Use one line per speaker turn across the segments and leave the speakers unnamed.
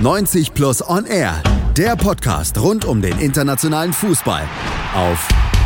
90 Plus On Air, der Podcast rund um den internationalen Fußball auf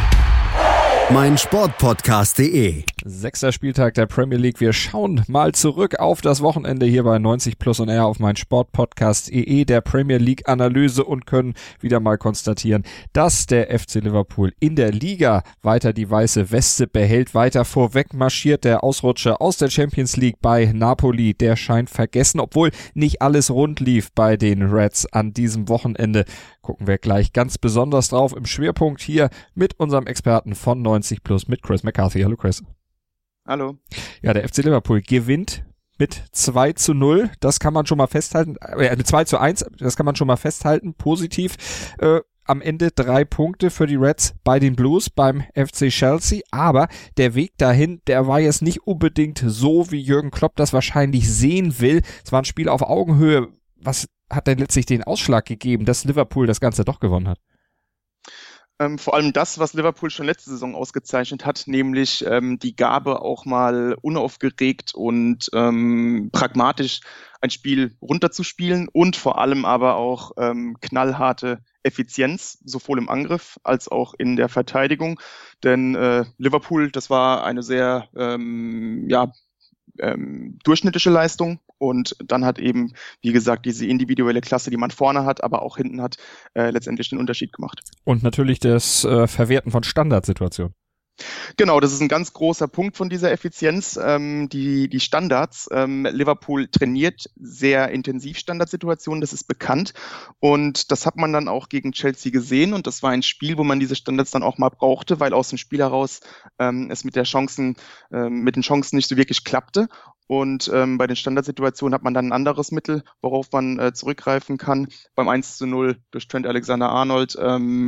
meinsportpodcast.de.
6. Spieltag der Premier League. Wir schauen mal zurück auf das Wochenende hier bei 90 Plus On Air auf meinsportpodcast.de, der Premier League Analyse, und können wieder mal konstatieren, dass der FC Liverpool in der Liga weiter die weiße Weste behält, weiter vorweg marschiert. Der Ausrutscher aus der Champions League bei Napoli, der scheint vergessen, obwohl nicht alles rund lief bei den Reds an diesem Wochenende. Gucken wir gleich ganz besonders drauf im Schwerpunkt hier mit unserem Experten von 90 Plus, mit Chris McCarthy. Hallo Chris.
Hallo.
Ja, der FC Liverpool gewinnt mit 2-0, das kann man schon mal festhalten, mit 2-1, das kann man schon mal festhalten, positiv. Am Ende 3 Punkte für die Reds bei den Blues beim FC Chelsea, aber der Weg dahin, der war jetzt nicht unbedingt so, wie Jürgen Klopp das wahrscheinlich sehen will. Es war ein Spiel auf Augenhöhe. Was hat denn letztlich den Ausschlag gegeben, dass Liverpool das Ganze doch gewonnen hat?
Vor allem das, was Liverpool schon letzte Saison ausgezeichnet hat, nämlich die Gabe, auch mal unaufgeregt und pragmatisch ein Spiel runterzuspielen und vor allem aber auch knallharte Effizienz, sowohl im Angriff als auch in der Verteidigung. Denn Liverpool, das war eine sehr durchschnittliche Leistung, und dann hat eben, wie gesagt, diese individuelle Klasse, die man vorne hat, aber auch hinten hat, letztendlich den Unterschied gemacht.
Und natürlich das Verwerten von Standardsituationen.
Genau, das ist ein ganz großer Punkt von dieser Effizienz, die Standards. Liverpool trainiert sehr intensiv Standardsituationen, das ist bekannt, und das hat man dann auch gegen Chelsea gesehen, und das war ein Spiel, wo man diese Standards dann auch mal brauchte, weil aus dem Spiel heraus es mit den Chancen nicht so wirklich klappte. Und bei den Standardsituationen hat man dann ein anderes Mittel, worauf man zurückgreifen kann. Beim 1-0 durch Trent Alexander-Arnold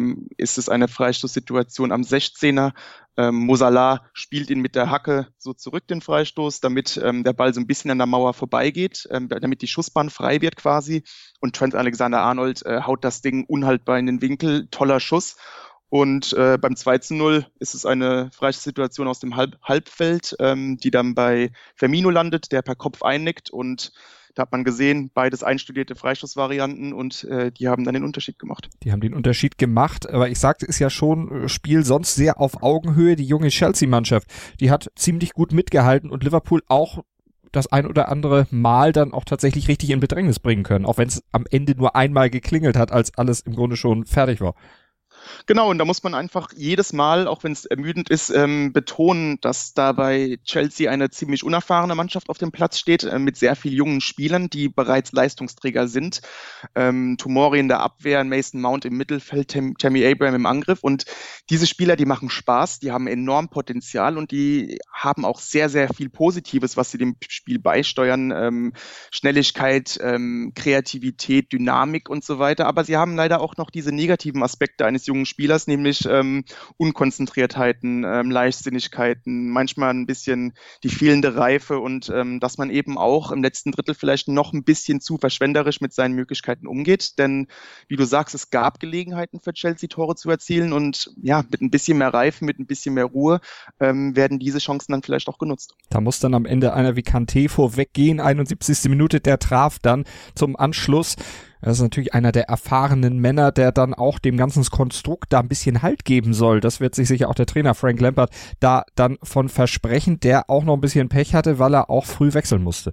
ist es eine Freistoßsituation am 16er. Mo Salah spielt ihn mit der Hacke so zurück, den Freistoß, damit der Ball so ein bisschen an der Mauer vorbeigeht, damit die Schussbahn frei wird quasi. Und Trent Alexander-Arnold haut das Ding unhaltbar in den Winkel. Toller Schuss. Und beim 2-0 ist es eine Freistoßsituation aus dem Halbfeld, die dann bei Firmino landet, der per Kopf einnickt, und da hat man gesehen, beides einstudierte Freistoßvarianten, und die haben dann den Unterschied gemacht.
Die haben den Unterschied gemacht, aber ich sagte, ist ja schon Spiel sonst sehr auf Augenhöhe. Die junge Chelsea-Mannschaft, die hat ziemlich gut mitgehalten und Liverpool auch das ein oder andere Mal dann auch tatsächlich richtig in Bedrängnis bringen können, auch wenn es am Ende nur einmal geklingelt hat, als alles im Grunde schon fertig war.
Genau, und da muss man einfach jedes Mal, auch wenn es ermüdend ist, betonen, dass da bei Chelsea eine ziemlich unerfahrene Mannschaft auf dem Platz steht, mit sehr vielen jungen Spielern, die bereits Leistungsträger sind. Tomori in der Abwehr, Mason Mount im Mittelfeld, Tammy Abraham im Angriff, und diese Spieler, die machen Spaß, die haben enorm Potenzial, und die haben auch sehr, sehr viel Positives, was sie dem Spiel beisteuern, Schnelligkeit, Kreativität, Dynamik und so weiter, aber sie haben leider auch noch diese negativen Aspekte eines jungen Spielers, nämlich Unkonzentriertheiten, Leichtsinnigkeiten, manchmal ein bisschen die fehlende Reife, und dass man eben auch im letzten Drittel vielleicht noch ein bisschen zu verschwenderisch mit seinen Möglichkeiten umgeht. Denn, wie du sagst, es gab Gelegenheiten für Chelsea, Tore zu erzielen, und ja, mit ein bisschen mehr Reife, mit ein bisschen mehr Ruhe werden diese Chancen dann vielleicht auch genutzt.
Da muss dann am Ende einer wie Kanté vorweggehen, 71. Minute, der traf dann zum Anschluss. Das ist natürlich einer der erfahrenen Männer, der dann auch dem ganzen Konstrukt da ein bisschen Halt geben soll. Das wird sich sicher auch der Trainer Frank Lampard da dann von versprechen, der auch noch ein bisschen Pech hatte, weil er auch früh wechseln musste.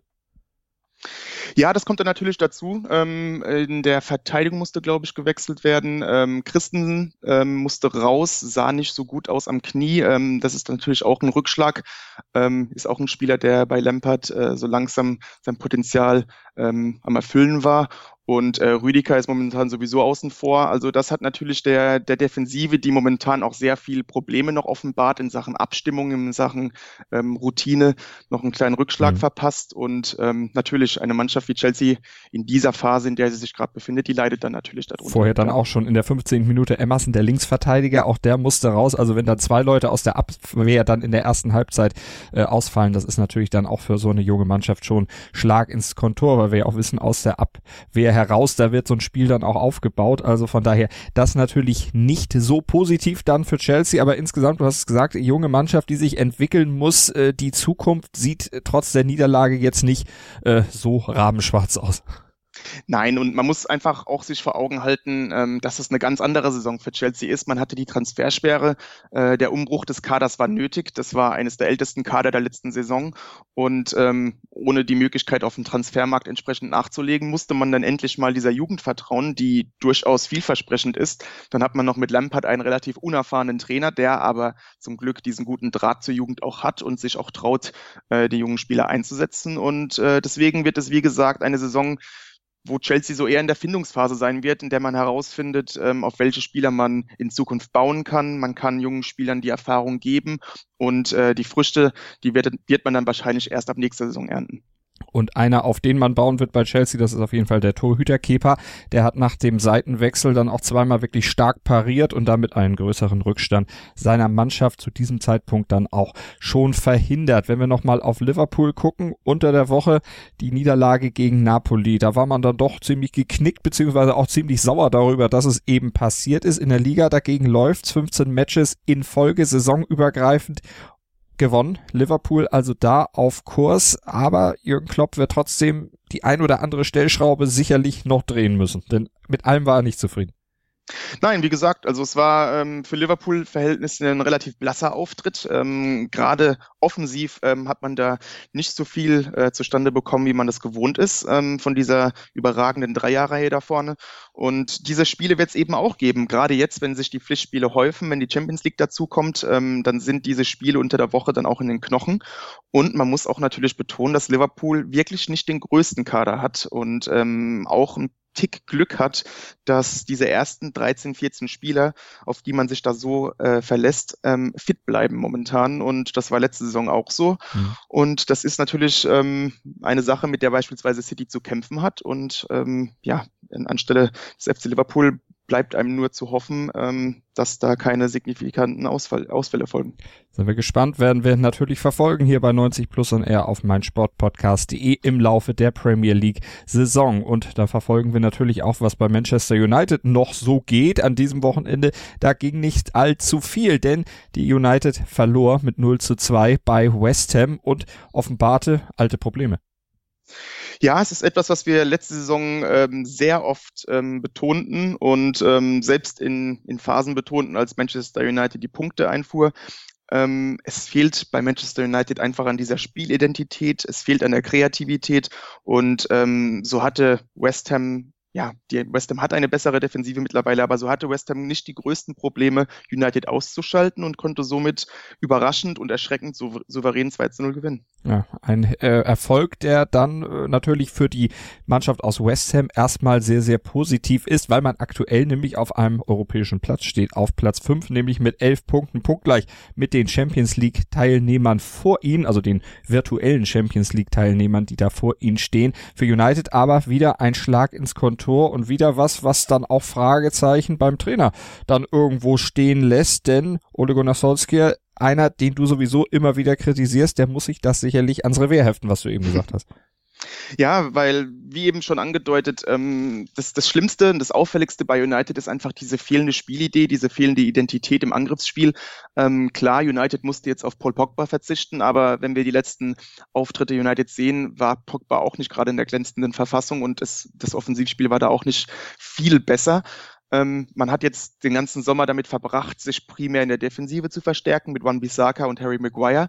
Ja, das kommt dann natürlich dazu. In der Verteidigung musste, glaube ich, gewechselt werden. Christensen musste raus, sah nicht so gut aus am Knie. Das ist natürlich auch ein Rückschlag. Ist auch ein Spieler, der bei Lampard so langsam sein Potenzial am Erfüllen war. Und Rüdiger ist momentan sowieso außen vor. Also das hat natürlich der Defensive, die momentan auch sehr viel Probleme noch offenbart in Sachen Abstimmung, in Sachen Routine, noch einen kleinen Rückschlag verpasst. Und natürlich eine Mannschaft wie Chelsea in dieser Phase, in der sie sich gerade befindet, die leidet dann natürlich darunter.
Vorher dann auch schon in der 15. Minute Emerson, der Linksverteidiger, auch der musste raus. Also wenn dann 2 Leute aus der Abwehr dann in der ersten Halbzeit ausfallen, das ist natürlich dann auch für so eine junge Mannschaft schon Schlag ins Kontor, weil wir ja auch wissen, aus der Abwehr heraus, da wird so ein Spiel dann auch aufgebaut, also von daher das natürlich nicht so positiv dann für Chelsea, aber insgesamt, du hast es gesagt, junge Mannschaft, die sich entwickeln muss, die Zukunft sieht trotz der Niederlage jetzt nicht so rabenschwarz aus.
Nein, und man muss einfach auch sich vor Augen halten, dass es eine ganz andere Saison für Chelsea ist. Man hatte die Transfersperre, der Umbruch des Kaders war nötig. Das war eines der ältesten Kader der letzten Saison. Und ohne die Möglichkeit auf dem Transfermarkt entsprechend nachzulegen, musste man dann endlich mal dieser Jugend vertrauen, die durchaus vielversprechend ist. Dann hat man noch mit Lampard einen relativ unerfahrenen Trainer, der aber zum Glück diesen guten Draht zur Jugend auch hat und sich auch traut, die jungen Spieler einzusetzen. Und deswegen wird es, wie gesagt, eine Saison, wo Chelsea so eher in der Findungsphase sein wird, in der man herausfindet, auf welche Spieler man in Zukunft bauen kann. Man kann jungen Spielern die Erfahrung geben und die Früchte, die wird man dann wahrscheinlich erst ab nächster Saison ernten.
Und einer, auf den man bauen wird bei Chelsea, das ist auf jeden Fall der Torhüter Kepa. Der hat nach dem Seitenwechsel dann auch zweimal wirklich stark pariert und damit einen größeren Rückstand seiner Mannschaft zu diesem Zeitpunkt dann auch schon verhindert. Wenn wir nochmal auf Liverpool gucken, unter der Woche die Niederlage gegen Napoli, da war man dann doch ziemlich geknickt, beziehungsweise auch ziemlich sauer darüber, dass es eben passiert ist. In der Liga dagegen läuft's, 15 Matches in Folge, saisonübergreifend gewonnen. Liverpool also da auf Kurs, aber Jürgen Klopp wird trotzdem die ein oder andere Stellschraube sicherlich noch drehen müssen, denn mit allem war er nicht zufrieden.
Nein, wie gesagt, also es war für Liverpool-Verhältnisse ein relativ blasser Auftritt. Gerade offensiv hat man da nicht so viel zustande bekommen, wie man das gewohnt ist von dieser überragenden Dreierreihe da vorne. Und diese Spiele wird es eben auch geben. Gerade jetzt, wenn sich die Pflichtspiele häufen, wenn die Champions League dazukommt, dann sind diese Spiele unter der Woche dann auch in den Knochen. Und man muss auch natürlich betonen, dass Liverpool wirklich nicht den größten Kader hat und auch ein Tick Glück hat, dass diese ersten 13, 14 Spieler, auf die man sich da so verlässt, fit bleiben momentan. Und das war letzte Saison auch so. Mhm. Und das ist natürlich eine Sache, mit der beispielsweise City zu kämpfen hat. Und anstelle des FC Liverpool bleibt einem nur zu hoffen, dass da keine signifikanten Ausfälle folgen.
Sind wir gespannt, werden wir natürlich verfolgen hier bei 90 Plus on Air auf meinsportpodcast.de im Laufe der Premier League Saison. Und da verfolgen wir natürlich auch, was bei Manchester United noch so geht an diesem Wochenende. Da ging nicht allzu viel, denn die United verlor mit 0:2 bei West Ham und offenbarte alte Probleme.
Ja, es ist etwas, was wir letzte Saison sehr oft betonten und selbst in Phasen betonten, als Manchester United die Punkte einfuhr. Es fehlt bei Manchester United einfach an dieser Spielidentität, es fehlt an der Kreativität und so hatte West Ham, West Ham hat eine bessere Defensive mittlerweile, aber so hatte West Ham nicht die größten Probleme, United auszuschalten und konnte somit überraschend und erschreckend souverän 2:0 gewinnen.
Ja, ein Erfolg, der dann natürlich für die Mannschaft aus West Ham erstmal sehr, sehr positiv ist, weil man aktuell nämlich auf einem europäischen Platz steht, auf Platz 5, nämlich mit 11 Punkten, punktgleich mit den Champions League Teilnehmern vor ihnen, also den virtuellen Champions League Teilnehmern, die da vor ihnen stehen. Für United aber wieder ein Schlag ins Kontor und wieder was dann auch Fragezeichen beim Trainer dann irgendwo stehen lässt, denn Ole Gunnar Solskjaer, einer, den du sowieso immer wieder kritisierst, der muss sich das sicherlich ans Revier heften, was du eben gesagt hast.
Ja, weil, wie eben schon angedeutet, das Schlimmste und das Auffälligste bei United ist einfach diese fehlende Spielidee, diese fehlende Identität im Angriffsspiel. Klar, United musste jetzt auf Paul Pogba verzichten, aber wenn wir die letzten Auftritte United sehen, war Pogba auch nicht gerade in der glänzenden Verfassung und das Offensivspiel war da auch nicht viel besser. Man hat jetzt den ganzen Sommer damit verbracht, sich primär in der Defensive zu verstärken mit Wan-Bissaka und Harry Maguire.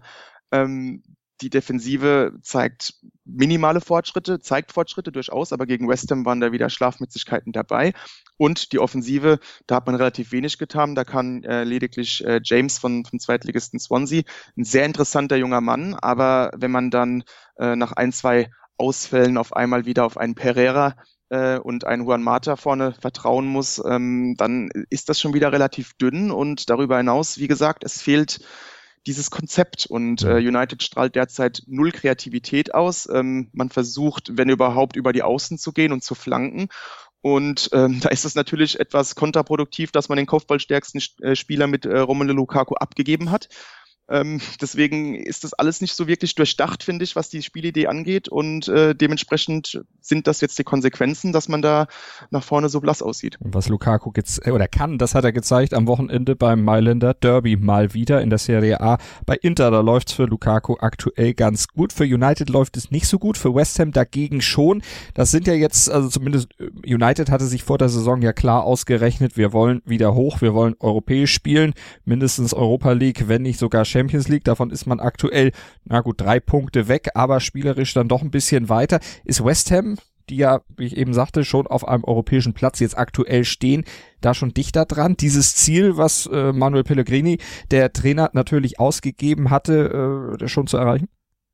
Die Defensive zeigt minimale Fortschritte, durchaus, aber gegen West Ham waren da wieder Schlafmützigkeiten dabei. Und die Offensive, da hat man relativ wenig getan. Da kann lediglich James vom Zweitligisten Swansea, ein sehr interessanter junger Mann, aber wenn man dann nach 1-2 Ausfällen auf einmal wieder auf einen Pereira und einen Juan Mata vorne vertrauen muss, dann ist das schon wieder relativ dünn. Und darüber hinaus, wie gesagt, es fehlt dieses Konzept und United strahlt derzeit null Kreativität aus. Man versucht, wenn überhaupt, über die Außen zu gehen und zu flanken. Und da ist es natürlich etwas kontraproduktiv, dass man den kopfballstärksten Spieler mit Romelu Lukaku abgegeben hat. Deswegen ist das alles nicht so wirklich durchdacht, finde ich, was die Spielidee angeht. Und dementsprechend sind das jetzt die Konsequenzen, dass man da nach vorne so blass aussieht.
Was Lukaku kann, das hat er gezeigt am Wochenende beim Mailänder Derby mal wieder in der Serie A. Bei Inter, da läuft's für Lukaku aktuell ganz gut. Für United läuft es nicht so gut, für West Ham dagegen schon. Das sind ja jetzt, also zumindest United hatte sich vor der Saison ja klar ausgerechnet, wir wollen wieder hoch, wir wollen europäisch spielen, mindestens Europa League, wenn nicht sogar Champions League. Davon ist man aktuell, 3 Punkte weg, aber spielerisch dann doch ein bisschen weiter. Ist West Ham, die ja, wie ich eben sagte, schon auf einem europäischen Platz jetzt aktuell stehen, da schon dichter dran? Dieses Ziel, was Manuel Pellegrini, der Trainer, natürlich ausgegeben hatte, schon zu erreichen?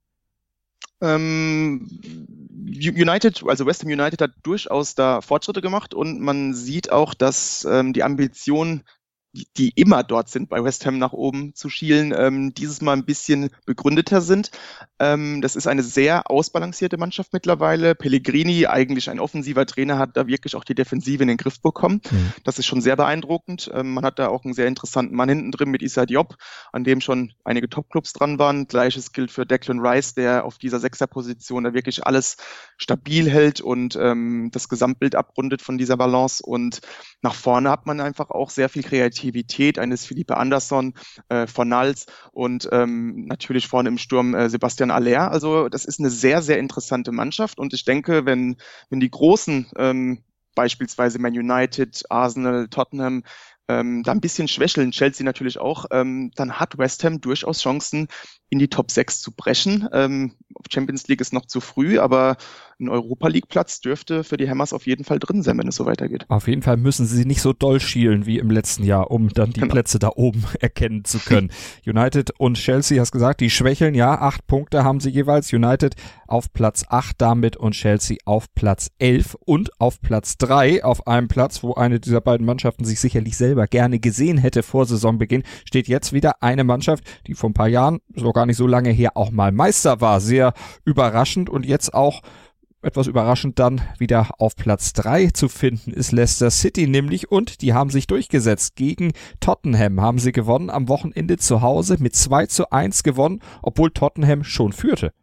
West Ham United hat durchaus da Fortschritte gemacht und man sieht auch, dass die Ambitionen, die immer dort sind, bei West Ham nach oben zu schielen, dieses Mal ein bisschen begründeter sind. Das ist eine sehr ausbalancierte Mannschaft mittlerweile. Pellegrini, eigentlich ein offensiver Trainer, hat da wirklich auch die Defensive in den Griff bekommen. Das ist schon sehr beeindruckend. Man hat da auch einen sehr interessanten Mann hinten drin mit Issa Diop, an dem schon einige Topclubs dran waren. Gleiches gilt für Declan Rice, der auf dieser Sechserposition da wirklich alles stabil hält und das Gesamtbild abrundet von dieser Balance. Und nach vorne hat man einfach auch sehr viel Kreativität eines Felipe Anderson, Fornals und natürlich vorne im Sturm Sebastian Aller. Also das ist eine sehr, sehr interessante Mannschaft und ich denke, wenn die Großen, beispielsweise Man United, Arsenal, Tottenham, da ein bisschen schwächeln, Chelsea natürlich auch, dann hat West Ham durchaus Chancen, in die Top 6 zu brechen. Auf Champions League ist noch zu früh, aber ein Europa-League-Platz dürfte für die Hammers auf jeden Fall drin sein, wenn es so weitergeht.
Auf jeden Fall müssen sie nicht so doll schielen wie im letzten Jahr, um dann die Plätze da oben erkennen zu können. United und Chelsea, hast gesagt, die schwächeln, ja, 8 Punkte haben sie jeweils. United auf Platz 8 damit und Chelsea auf Platz 11 und auf Platz 3, auf einem Platz, wo eine dieser beiden Mannschaften sich sicherlich selber gerne gesehen hätte vor Saisonbeginn, steht jetzt wieder eine Mannschaft, die vor ein paar Jahren, so gar nicht so lange her, auch mal Meister war. Sehr überraschend und jetzt auch etwas überraschend dann wieder auf Platz 3 zu finden ist Leicester City nämlich und die haben sich durchgesetzt. Gegen Tottenham haben sie gewonnen, am Wochenende zu Hause mit 2:1 gewonnen, obwohl Tottenham schon führte.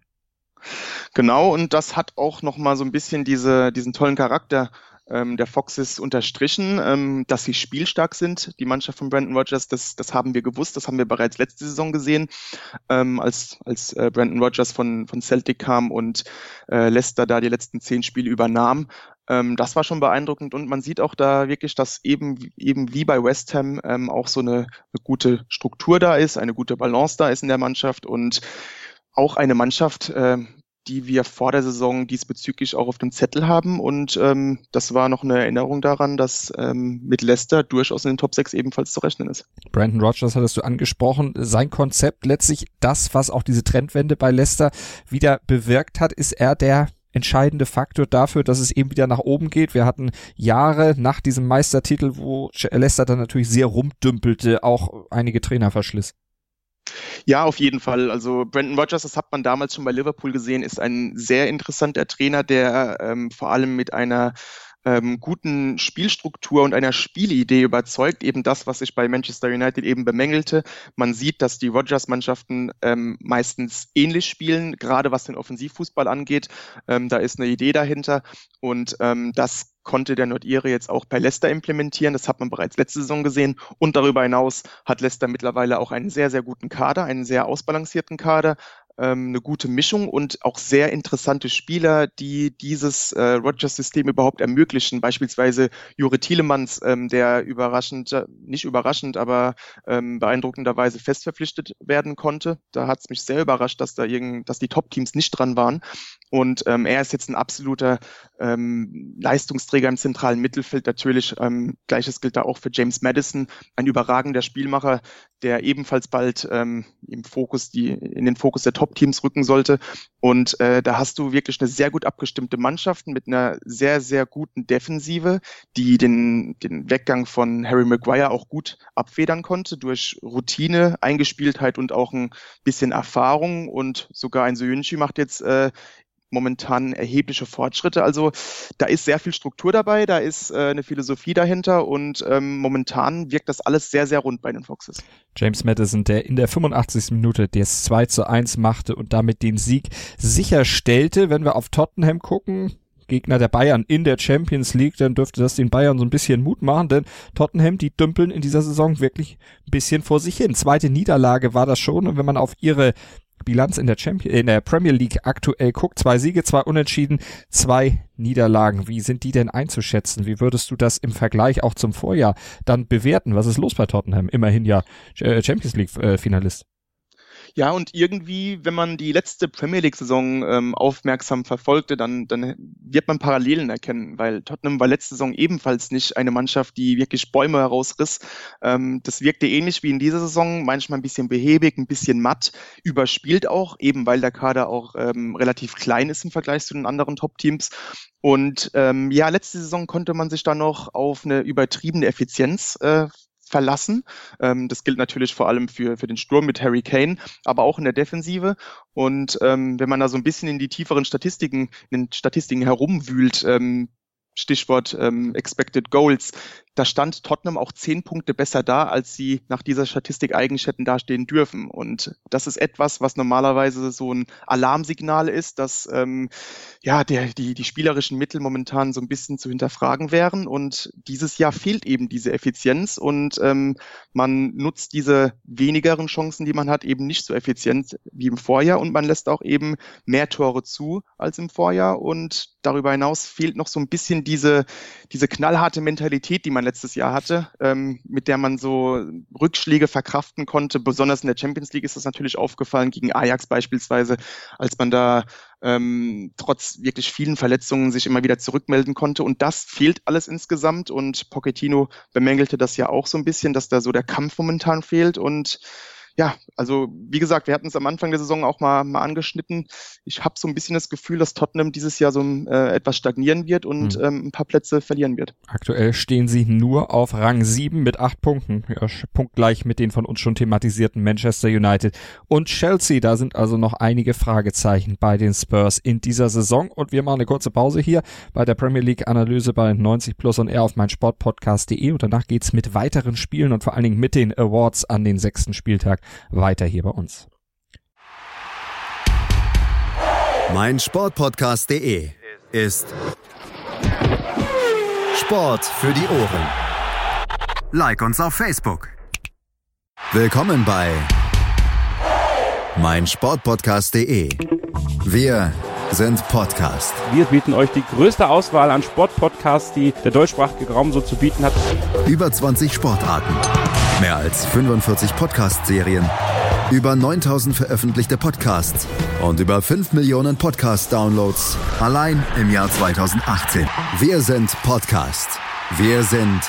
Genau, und das hat auch nochmal so ein bisschen diesen tollen Charakter der Foxes unterstrichen, dass sie spielstark sind. Die Mannschaft von Brendan Rodgers, das haben wir gewusst, das haben wir bereits letzte Saison gesehen, als Brendan Rodgers von Celtic kam und Leicester da die letzten 10 Spiele übernahm. Das war schon beeindruckend und man sieht auch da wirklich, dass eben wie bei West Ham auch so eine gute Struktur da ist, eine gute Balance da ist in der Mannschaft und auch eine Mannschaft, die wir vor der Saison diesbezüglich auch auf dem Zettel haben. Und das war noch eine Erinnerung daran, dass mit Leicester durchaus in den Top 6 ebenfalls zu rechnen ist.
Brendan Rodgers hattest du angesprochen. Sein Konzept letztlich das, was auch diese Trendwende bei Leicester wieder bewirkt hat, ist er der entscheidende Faktor dafür, dass es eben wieder nach oben geht. Wir hatten Jahre nach diesem Meistertitel, wo Leicester dann natürlich sehr rumdümpelte, auch einige Trainer verschliss.
Ja, auf jeden Fall. Also Brendan Rodgers, das hat man damals schon bei Liverpool gesehen, ist ein sehr interessanter Trainer, der vor allem mit einer guten Spielstruktur und einer Spielidee überzeugt. Eben das, was ich bei Manchester United eben bemängelte. Man sieht, dass die Rodgers-Mannschaften meistens ähnlich spielen, gerade was den Offensivfußball angeht. Da ist eine Idee dahinter und das konnte der Nordire jetzt auch bei Leicester implementieren. Das hat man bereits letzte Saison gesehen. Und darüber hinaus hat Leicester mittlerweile auch einen sehr, sehr guten Kader, einen sehr ausbalancierten Kader, eine gute Mischung und auch sehr interessante Spieler, die dieses Rodgers-System überhaupt ermöglichen. Beispielsweise Jure Tielemans, der nicht überraschend, aber beeindruckenderweise fest verpflichtet werden konnte. Da hat es mich sehr überrascht, dass die Top-Teams nicht dran waren. Und er ist jetzt ein absoluter Leistungsträger im zentralen Mittelfeld. Natürlich, Gleiches gilt da auch für James Maddison, ein überragender Spielmacher, der ebenfalls bald in den Fokus der Top-Teams rücken sollte. Und da hast du wirklich eine sehr gut abgestimmte Mannschaft mit einer sehr, sehr guten Defensive, die den Weggang von Harry Maguire auch gut abfedern konnte durch Routine, Eingespieltheit und auch ein bisschen Erfahrung. Und sogar ein Soyuncu macht jetzt momentan erhebliche Fortschritte. Also da ist sehr viel Struktur dabei, da ist eine Philosophie dahinter und momentan wirkt das alles sehr, sehr rund bei den Foxes.
James Maddison, der in der 85. Minute das 2:1 machte und damit den Sieg sicherstellte. Wenn wir auf Tottenham gucken, Gegner der Bayern in der Champions League, dann dürfte das den Bayern so ein bisschen Mut machen, denn Tottenham, die dümpeln in dieser Saison wirklich ein bisschen vor sich hin. Zweite Niederlage war das schon, und wenn man auf ihre Bilanz in der Premier League aktuell guckt, 2 Siege, 2 Unentschieden, 2 Niederlagen. Wie sind die denn einzuschätzen? Wie würdest du das im Vergleich auch zum Vorjahr dann bewerten? Was ist los bei Tottenham? Immerhin ja Champions League Finalist.
Ja, und irgendwie, wenn man die letzte Premier League-Saison aufmerksam verfolgte, dann wird man Parallelen erkennen, weil Tottenham war letzte Saison ebenfalls nicht eine Mannschaft, die wirklich Bäume herausriss. Das wirkte ähnlich wie in dieser Saison, manchmal ein bisschen behäbig, ein bisschen matt, überspielt auch, eben weil der Kader auch relativ klein ist im Vergleich zu den anderen Top-Teams. Und letzte Saison konnte man sich dann noch auf eine übertriebene Effizienz verlassen. Das gilt natürlich vor allem für den Sturm mit Harry Kane, aber auch in der Defensive. Und wenn man da so ein bisschen in die tieferen Statistiken herumwühlt, Stichwort Expected Goals, da stand Tottenham auch 10 Punkte besser da, als sie nach dieser Statistik eigentlich hätten dastehen dürfen. Und das ist etwas, was normalerweise so ein Alarmsignal ist, dass die spielerischen Mittel momentan so ein bisschen zu hinterfragen wären. Und dieses Jahr fehlt eben diese Effizienz und man nutzt diese wenigeren Chancen, die man hat, eben nicht so effizient wie im Vorjahr, und man lässt auch eben mehr Tore zu als im Vorjahr. Und darüber hinaus fehlt noch so ein bisschen diese knallharte Mentalität, die man letztes Jahr hatte, mit der man so Rückschläge verkraften konnte. Besonders in der Champions League ist das natürlich aufgefallen, gegen Ajax beispielsweise, als man da trotz wirklich vielen Verletzungen sich immer wieder zurückmelden konnte. Und das fehlt alles insgesamt. Und Pochettino bemängelte das ja auch so ein bisschen, dass da so der Kampf momentan fehlt. Und ja, also wie gesagt, wir hatten es am Anfang der Saison auch mal angeschnitten. Ich habe so ein bisschen das Gefühl, dass Tottenham dieses Jahr so etwas stagnieren wird und ein paar Plätze verlieren wird.
Aktuell stehen sie nur auf Rang 7 mit 8 Punkten. Ja, punktgleich mit den von uns schon thematisierten Manchester United und Chelsea. Da sind also noch einige Fragezeichen bei den Spurs in dieser Saison. Und wir machen eine kurze Pause hier bei der Premier League Analyse bei 90 Plus und R auf meinsportpodcast.de. Und danach geht's mit weiteren Spielen und vor allen Dingen mit den Awards an den 6. Spieltag weiter hier bei uns.
meinsportpodcast.de ist Sport für die Ohren. Like uns auf Facebook. Willkommen bei meinsportpodcast.de. Wir sind Podcast.
Wir bieten euch die größte Auswahl an Sportpodcasts, die der deutschsprachige Raum so zu bieten hat.
Über 20 Sportarten. Mehr als 45 Podcast-Serien, über 9000 veröffentlichte Podcasts und über 5 Millionen Podcast-Downloads allein im Jahr 2018. Wir sind Podcast. Wir sind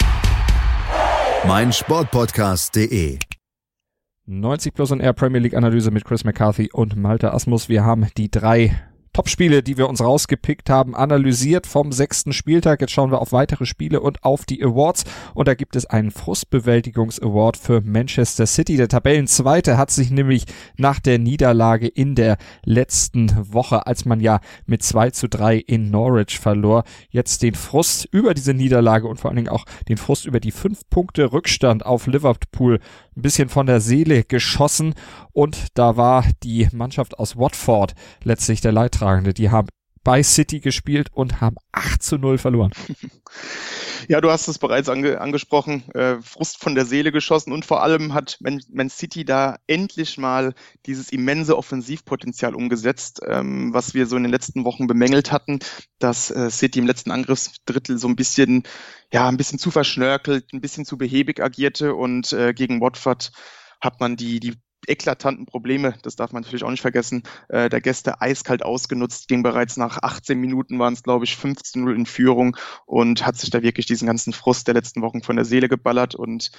meinsportpodcast.de.
90 Plus und R Premier League Analyse mit Chris McCarthy und Malte Asmus. Wir haben die 3 Topspiele, die wir uns rausgepickt haben, analysiert vom 6. Spieltag. Jetzt schauen wir auf weitere Spiele und auf die Awards. Und da gibt es einen Frustbewältigungs-Award für Manchester City. Der Tabellenzweite hat sich nämlich nach der Niederlage in der letzten Woche, als man ja mit 2:3 in Norwich verlor, jetzt den Frust über diese Niederlage und vor allen Dingen auch den Frust über die 5 Punkte Rückstand auf Liverpool ein bisschen von der Seele geschossen. Und da war die Mannschaft aus Watford letztlich der Leidtragende. Die haben bei City gespielt und haben 8:0 verloren.
Ja, du hast es bereits angesprochen, Frust von der Seele geschossen, und vor allem hat Man City da endlich mal dieses immense Offensivpotenzial umgesetzt, was wir so in den letzten Wochen bemängelt hatten, dass City im letzten Angriffsdrittel so ein bisschen zu verschnörkelt, ein bisschen zu behäbig agierte, und gegen Watford hat man die eklatanten Probleme, das darf man natürlich auch nicht vergessen, der Gäste eiskalt ausgenutzt, ging bereits nach 18 Minuten, waren es glaube ich 15:0 in Führung, und hat sich da wirklich diesen ganzen Frust der letzten Wochen von der Seele geballert. Und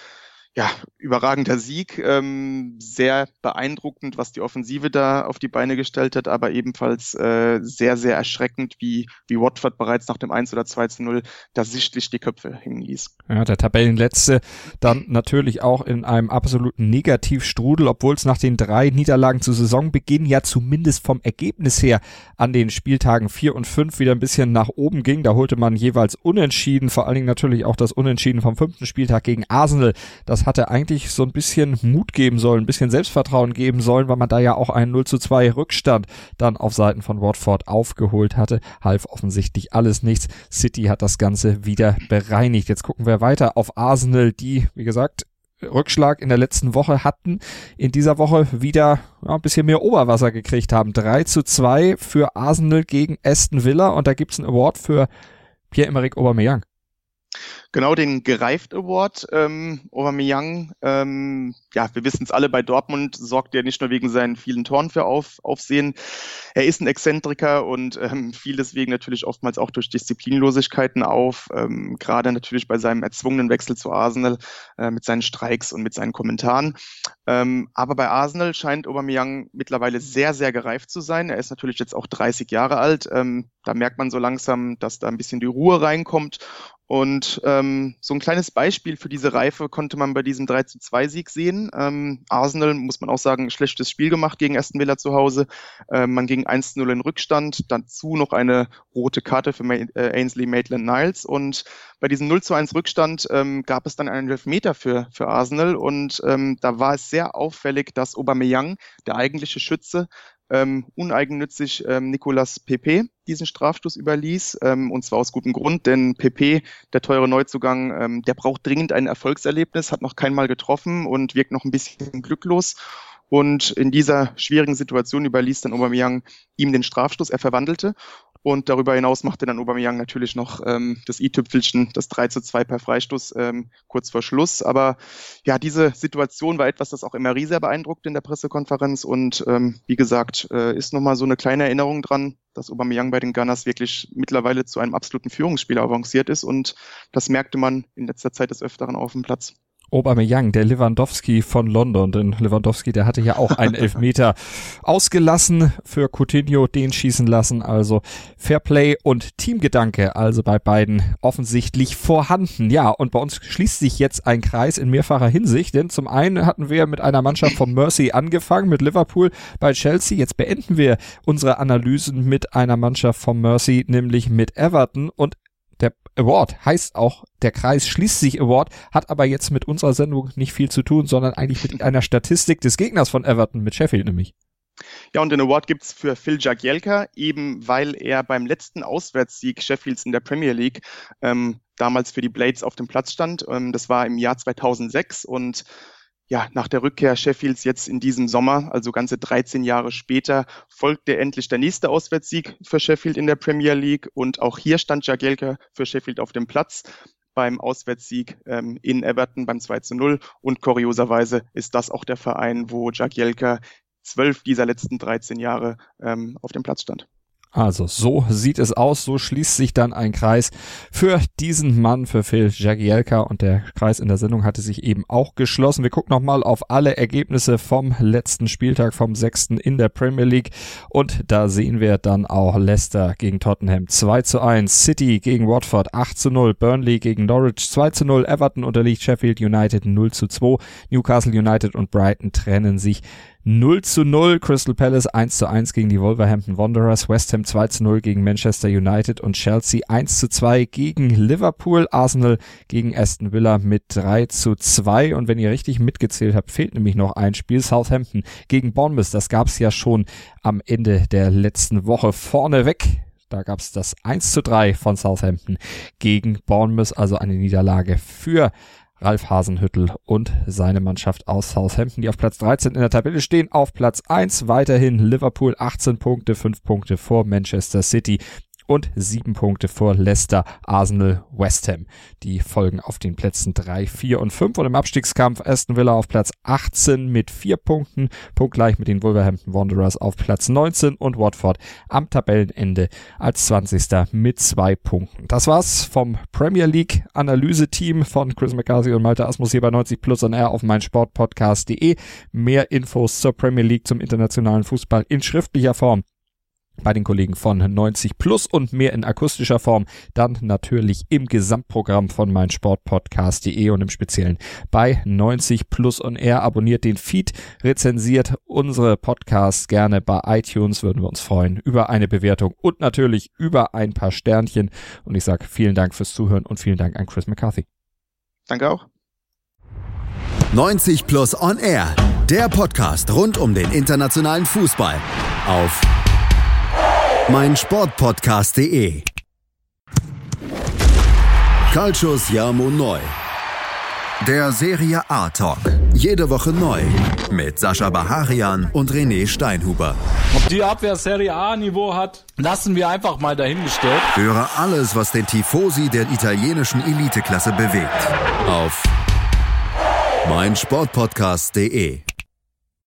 Ja, überragender Sieg, sehr beeindruckend, was die Offensive da auf die Beine gestellt hat, aber ebenfalls sehr, sehr erschreckend, wie Watford bereits nach dem 1 oder 2-0 da sichtlich die Köpfe hängen ließ.
Ja, der Tabellenletzte dann natürlich auch in einem absoluten Negativstrudel, obwohl es nach den 3 Niederlagen zu Saisonbeginn ja zumindest vom Ergebnis her an den Spieltagen 4 und 5 wieder ein bisschen nach oben ging. Da holte man jeweils Unentschieden, vor allen Dingen natürlich auch das Unentschieden vom 5. Spieltag gegen Arsenal. Das hatte eigentlich so ein bisschen Mut geben sollen, ein bisschen Selbstvertrauen geben sollen, weil man da ja auch einen 0-2 Rückstand dann auf Seiten von Watford aufgeholt hatte. Half offensichtlich alles nichts. City hat das Ganze wieder bereinigt. Jetzt gucken wir weiter auf Arsenal, die, wie gesagt, Rückschlag in der letzten Woche hatten, in dieser Woche wieder ein bisschen mehr Oberwasser gekriegt haben. 3-2 für Arsenal gegen Aston Villa und da gibt's einen Award für Pierre-Emerick Aubameyang.
Genau, den Gereift Award. Aubameyang, wir wissen es alle, bei Dortmund sorgt er nicht nur wegen seinen vielen Toren für Aufsehen. Er ist ein Exzentriker und fiel deswegen natürlich oftmals auch durch Disziplinlosigkeiten auf. Gerade natürlich bei seinem erzwungenen Wechsel zu Arsenal mit seinen Streiks und mit seinen Kommentaren. Aber bei Arsenal scheint Aubameyang mittlerweile sehr, sehr gereift zu sein. Er ist natürlich jetzt auch 30 Jahre alt. Da merkt man so langsam, dass da ein bisschen die Ruhe reinkommt. Und so ein kleines Beispiel für diese Reife konnte man bei diesem 3-2-Sieg sehen. Arsenal, muss man auch sagen, ein schlechtes Spiel gemacht gegen Aston Villa zu Hause. Man ging 1-0 in Rückstand, dazu noch eine rote Karte für Ainsley Maitland-Niles. Und bei diesem 0-1 Rückstand gab es dann einen Elfmeter für Arsenal. Und da war es sehr auffällig, dass Aubameyang, der eigentliche Schütze, uneigennützig Nicolas Pepe diesen Strafstoß überließ, und zwar aus gutem Grund, denn Pepe, der teure Neuzugang, der braucht dringend ein Erfolgserlebnis, hat noch keinmal getroffen und wirkt noch ein bisschen glücklos. Und in dieser schwierigen Situation überließ dann Aubameyang ihm den Strafstoß, er verwandelte. Und darüber hinaus machte dann Aubameyang natürlich noch das i-Tüpfelchen, das 3-2 per Freistoß kurz vor Schluss. Aber ja, diese Situation war etwas, das auch Emery sehr beeindruckt in der Pressekonferenz. Und wie gesagt, ist nochmal so eine kleine Erinnerung dran, dass Aubameyang bei den Gunners wirklich mittlerweile zu einem absoluten Führungsspieler avanciert ist. Und das merkte man in letzter Zeit des Öfteren auf dem Platz.
Aubameyang, der Lewandowski von London, denn Lewandowski, der hatte ja auch einen Elfmeter ausgelassen für Coutinho, den schießen lassen, also Fairplay und Teamgedanke, also bei beiden offensichtlich vorhanden. Ja, und bei uns schließt sich jetzt ein Kreis in mehrfacher Hinsicht, denn zum einen hatten wir mit einer Mannschaft vom Mercy angefangen, mit Liverpool bei Chelsea, jetzt beenden wir unsere Analysen mit einer Mannschaft vom Mercy, nämlich mit Everton, und der Award heißt auch, der Kreis schließt sich Award, hat aber jetzt mit unserer Sendung nicht viel zu tun, sondern eigentlich mit einer Statistik des Gegners von Everton, mit Sheffield nämlich.
Ja, und den Award gibt's für Phil Jagielka, eben weil er beim letzten Auswärtssieg Sheffields in der Premier League damals für die Blades auf dem Platz stand. Das war im Jahr 2006 und ja, nach der Rückkehr Sheffields jetzt in diesem Sommer, also ganze 13 Jahre später, folgte endlich der nächste Auswärtssieg für Sheffield in der Premier League. Und auch hier stand Jagielka für Sheffield auf dem Platz beim Auswärtssieg in Everton beim 2-0. Und kurioserweise ist das auch der Verein, wo Jagielka 12 dieser letzten 13 Jahre auf dem Platz stand.
Also so sieht es aus, so schließt sich dann ein Kreis für diesen Mann, für Phil Jagielka, und der Kreis in der Sendung hatte sich eben auch geschlossen. Wir gucken nochmal auf alle Ergebnisse vom letzten Spieltag, vom 6. in der Premier League, und da sehen wir dann auch Leicester gegen Tottenham 2-1, City gegen Watford 8-0, Burnley gegen Norwich 2-0, Everton unterliegt Sheffield United 0-2, Newcastle United und Brighton trennen sich 0-0, Crystal Palace 1-1 gegen die Wolverhampton Wanderers, West Ham 2-0 gegen Manchester United und Chelsea 1-2 gegen Liverpool, Arsenal gegen Aston Villa mit 3-2, und wenn ihr richtig mitgezählt habt, fehlt nämlich noch ein Spiel, Southampton gegen Bournemouth, das gab's ja schon am Ende der letzten Woche vorneweg. Da gab's das 1-3 von Southampton gegen Bournemouth, also eine Niederlage für Ralf Hasenhüttl und seine Mannschaft aus Southampton, die auf Platz 13 in der Tabelle stehen. Auf Platz 1 weiterhin Liverpool, 18 Punkte, 5 Punkte vor Manchester City. und 7 Punkte vor Leicester, Arsenal, West Ham. Die folgen auf den Plätzen 3, 4 und 5 und im Abstiegskampf Aston Villa auf Platz 18 mit 4 Punkten, punktgleich mit den Wolverhampton Wanderers auf Platz 19 und Watford am Tabellenende als 20. mit 2 Punkten. Das war's vom Premier League Analyse-Team von Chris McCarthy und Malte Asmus hier bei 90 Plus on Air auf meinsportpodcast.de. Mehr Infos zur Premier League, zum internationalen Fußball in schriftlicher Form bei den Kollegen von 90 Plus und mehr in akustischer Form dann natürlich im Gesamtprogramm von meinsportpodcast.de und im Speziellen bei 90 Plus on Air. Abonniert den Feed, rezensiert unsere Podcasts gerne bei iTunes, würden wir uns freuen über eine Bewertung und natürlich über ein paar Sternchen. Und ich sage vielen Dank fürs Zuhören und vielen Dank an Chris McCarthy.
Danke auch.
90 Plus on Air, der Podcast rund um den internationalen Fußball auf meinsportpodcast.de. Calcius Jamo Neu. Der Serie A Talk. Jede Woche neu. Mit Sascha Baharian und René Steinhuber.
Ob die Abwehr Serie A Niveau hat, lassen wir einfach mal dahingestellt.
Höre alles, was den Tifosi der italienischen Eliteklasse bewegt. Auf meinsportpodcast.de.